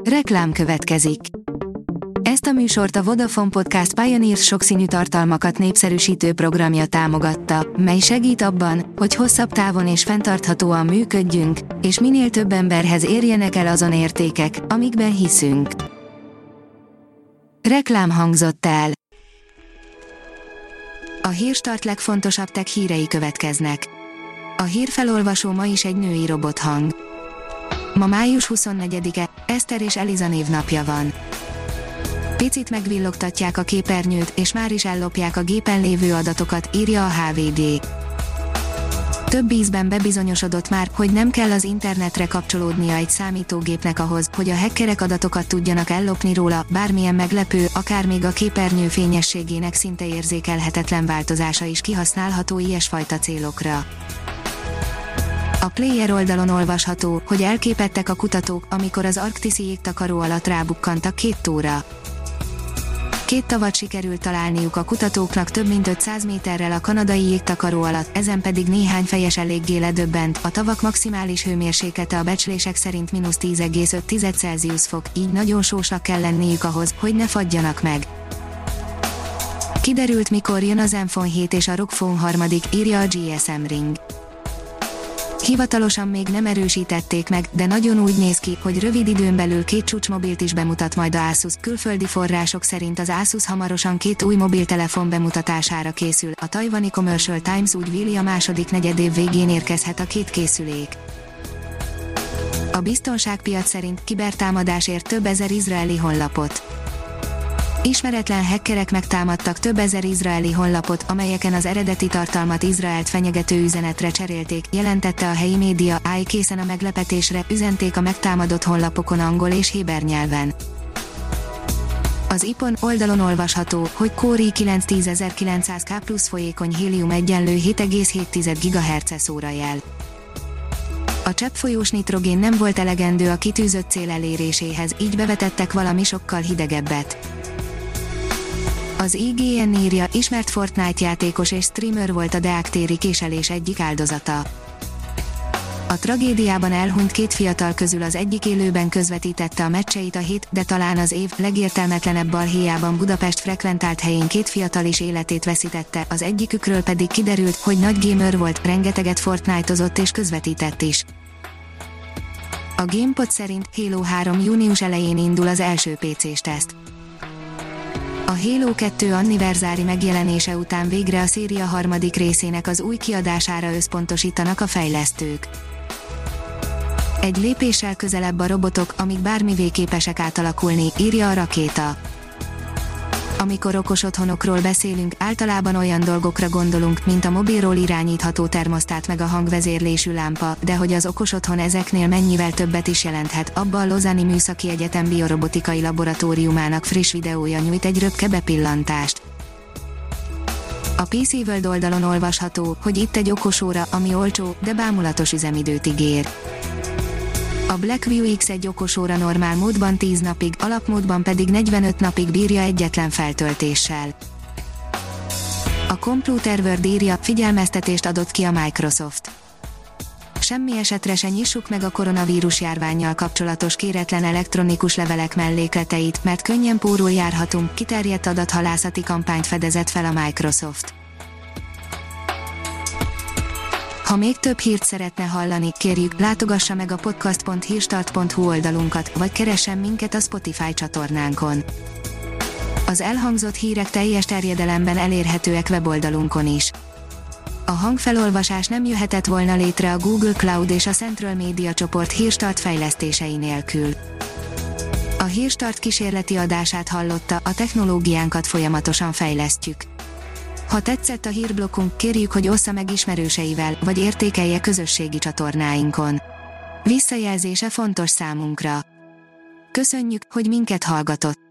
Reklám következik. Ezt a műsort a Vodafone Podcast Pioneers sokszínű tartalmakat népszerűsítő programja támogatta, mely segít abban, hogy hosszabb távon és fenntarthatóan működjünk, és minél több emberhez érjenek el azon értékek, amikben hiszünk. Reklám hangzott el. A Hírstart legfontosabb tech hírei következnek. A hírfelolvasó ma is egy női robothang. Ma május 24-e, Eszter és Eliza névnapja van. Picit megvillogtatják a képernyőt, és már is ellopják a gépen lévő adatokat, írja a HVG. Több ízben bebizonyosodott már, hogy nem kell az internetre kapcsolódnia egy számítógépnek ahhoz, hogy a hackerek adatokat tudjanak ellopni róla, bármilyen meglepő, akár még a képernyő fényességének szinte érzékelhetetlen változása is kihasználható ilyesfajta célokra. A Player oldalon olvasható, hogy elképedtek a kutatók, amikor az arktiszi jégtakaró alatt rábukkantak 2 tóra. 2 tavat sikerült találniuk a kutatóknak több mint 500 méterrel a kanadai jégtakaró alatt, ezen pedig néhány fejes eléggé ledöbbent. A tavak maximális hőmérséklete a becslések szerint -10,5 Celsius fok, így nagyon sósnak kell lenniük ahhoz, hogy ne fagyjanak meg. Kiderült, mikor jön a Zenfone 7 és a ROG Phone 3, írja a GSM Ring. Hivatalosan még nem erősítették meg, de nagyon úgy néz ki, hogy rövid időn belül 2 csúcsmobilt is bemutat majd a Asus. Külföldi források szerint az Asus hamarosan 2 új mobiltelefon bemutatására készül. A tajvani Commercial Times úgy véli, a második negyedév végén érkezhet a 2 készülék. A biztonságpiac szerint kibertámadás ért több ezer izraeli honlapot. Ismeretlen hackerek megtámadtak több ezer izraeli honlapot, amelyeken az eredeti tartalmat Izraelt fenyegető üzenetre cserélték, jelentette a helyi média. Állj készen a meglepetésre, üzenték a megtámadott honlapokon angol és héber nyelven. Az IPON oldalon olvasható, hogy Core i9-10900K+ folyékony hélium egyenlő 7,7 GHz óra jel. A cseppfolyós nitrogén nem volt elegendő a kitűzött cél eléréséhez, így bevetettek valami sokkal hidegebbet. Az IGN írja, ismert Fortnite játékos és streamer volt a deaktéri késelés egyik áldozata. A tragédiában elhunyt 2 fiatal közül az egyik élőben közvetítette a meccseit a hét, de talán az év legértelmetlenebb balhéjában Budapest frekventált helyén 2 fiatal is életét veszítette, az egyikükről pedig kiderült, hogy nagy gamer volt, rengeteget Fortnite-ozott és közvetített is. A GamePod szerint Halo 3 június elején indul az első PC-s teszt. A Halo 2 anniverzári megjelenése után végre a széria 3. részének az új kiadására összpontosítanak a fejlesztők. Egy lépéssel közelebb a robotok, amik bármivé képesek átalakulni, írja a Rakéta. Amikor okos otthonokról beszélünk, általában olyan dolgokra gondolunk, mint a mobilról irányítható termosztát meg a hangvezérlésű lámpa, de hogy az okos otthon ezeknél mennyivel többet is jelenthet, abba a Lausanne-i Műszaki Egyetem biorobotikai laboratóriumának friss videója nyújt egy röpke bepillantást. A PC World oldalon olvasható, hogy itt egy okosóra, ami olcsó, de bámulatos üzemidőt ígér. A Blackview X1 okosóra normál módban 10 napig, alapmódban pedig 45 napig bírja egyetlen feltöltéssel. A Computer World írja, figyelmeztetést adott ki a Microsoft. Semmi esetre se nyissuk meg a koronavírus járvánnyal kapcsolatos kéretlen elektronikus levelek mellékleteit, mert könnyen pórul járhatunk, kiterjedt adathalászati kampányt fedezett fel a Microsoft. Ha még több hírt szeretne hallani, kérjük, látogassa meg a podcast.hírstart.hu oldalunkat, vagy keressen minket a Spotify csatornánkon. Az elhangzott hírek teljes terjedelemben elérhetőek weboldalunkon is. A hangfelolvasás nem jöhetett volna létre a Google Cloud és a Central Media csoport Hírstart fejlesztései nélkül. A Hírstart kísérleti adását hallotta, a technológiánkat folyamatosan fejlesztjük. Ha tetszett a hírblokkunk, kérjük, hogy ossza meg ismerőseivel, vagy értékelje közösségi csatornáinkon. Visszajelzése fontos számunkra. Köszönjük, hogy minket hallgatott!